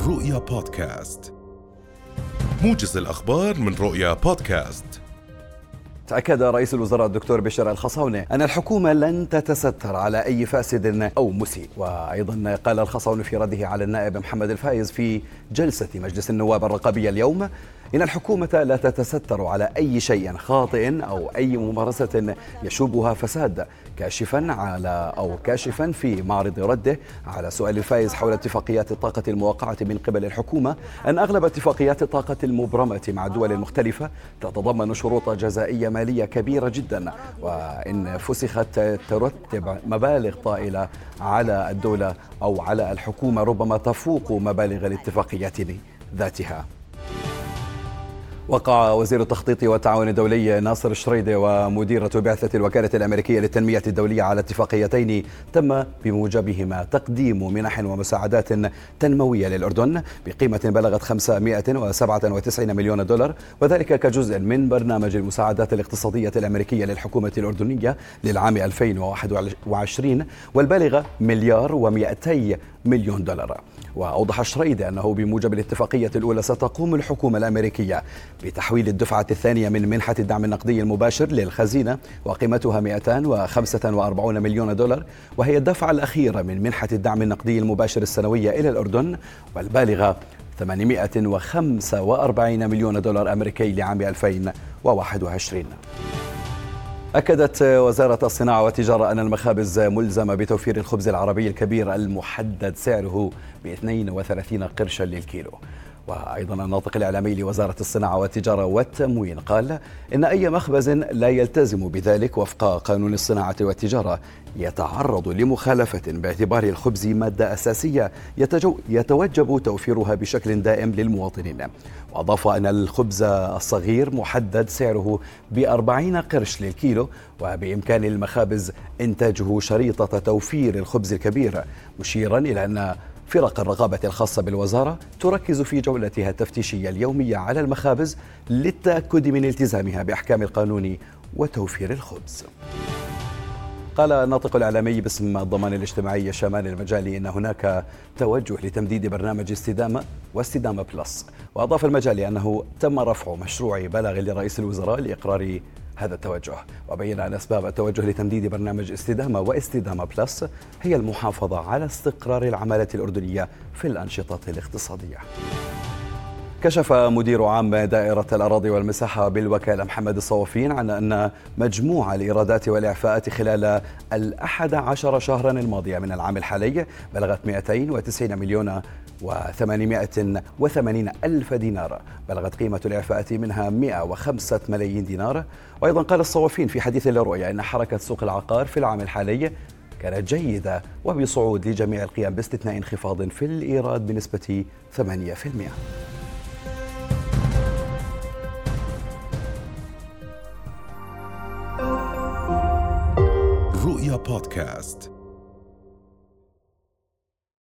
رؤيا بودكاست، موجز الأخبار من رؤيا بودكاست. أكد رئيس الوزراء الدكتور بشر الخصاونة أن الحكومة لن تتستر على أي فاسد أو مسيء. وأيضا قال الخصاونة في رده على النائب محمد الفايز في جلسة مجلس النواب الرقابية اليوم إن الحكومة لا تتستر على أي شيء خاطئ أو أي ممارسة يشوبها فساد، كاشفا في معرض رده على سؤال الفايز حول اتفاقيات الطاقة الموقعة من قبل الحكومة أن أغلب اتفاقيات الطاقة المبرمة مع الدول المختلفة تتضمن شروط جزائية مالية كبيرة جدا، وإن فسخت ترتب مبالغ طائلة على الدولة أو على الحكومة ربما تفوق مبالغ الاتفاقيات ذاتها. وقع وزير التخطيط والتعاون الدولي ناصر الشريدي ومديرة بعثة الوكالة الأمريكية للتنمية الدولية على اتفاقيتين تم بموجبهما تقديم منح ومساعدات تنموية للأردن بقيمة بلغت 597 مليون دولار، وذلك كجزء من برنامج المساعدات الاقتصادية الأمريكية للحكومة الأردنية للعام 2021 والبالغة $1.2 مليار. وأوضح الشريدي أنه بموجب الاتفاقية الأولى ستقوم الحكومة الأمريكية بتحويل الدفعة الثانية من منحة الدعم النقدي المباشر للخزينة وقيمتها $245 مليون، وهي الدفعة الأخيرة من منحة الدعم النقدي المباشر السنوية إلى الأردن والبالغة $845 مليون أمريكي لعام 2021. أكدت وزارة الصناعة والتجارة أن المخابز ملزمة بتوفير الخبز العربي الكبير المحدد سعره ب32 قرشا للكيلو. وأيضا الناطق الإعلامي لوزارة الصناعة والتجارة والتموين قال إن أي مخبز لا يلتزم بذلك وفق قانون الصناعة والتجارة يتعرض لمخالفة باعتبار الخبز مادة أساسية يتوجب توفيرها بشكل دائم للمواطنين. وأضاف أن الخبز الصغير محدد سعره ب40 قرش للكيلو، وبإمكان المخابز إنتاجه شريطة توفير الخبز الكبير، مشيرا إلى أن فرق الرقابة الخاصة بالوزارة تركز في جولتها التفتيشية اليومية على المخابز للتأكد من التزامها بأحكام القانون وتوفير الخبز. قال الناطق الإعلامي باسم الضمان الاجتماعي شامان المجالي إن هناك توجه لتمديد برنامج استدامة بلس، وأضاف المجالي أنه تم رفع مشروع بلاغ لرئيس الوزراء لإقرار هذا التوجه، وبين أن أسباب التوجه لتمديد برنامج استدامة بلس هي المحافظة على استقرار العمالة الأردنية في الأنشطة الاقتصادية. كشف مدير عام دائرة الأراضي والمساحة بالوكالة محمد الصوفين عن أن مجموع الإيرادات والإعفاءات خلال 11 شهرا الماضية من العام الحالي بلغت 290 مليون و880 ألف دينار، بلغت قيمة الإعفاءات منها 105 ملايين دينار. وأيضا قال الصوفين في حديث للرؤيا إن حركة سوق العقار في العام الحالي كانت جيدة وبصعود لجميع القيم باستثناء انخفاض في الإيراد بنسبة 8%. رؤيا بودكاست.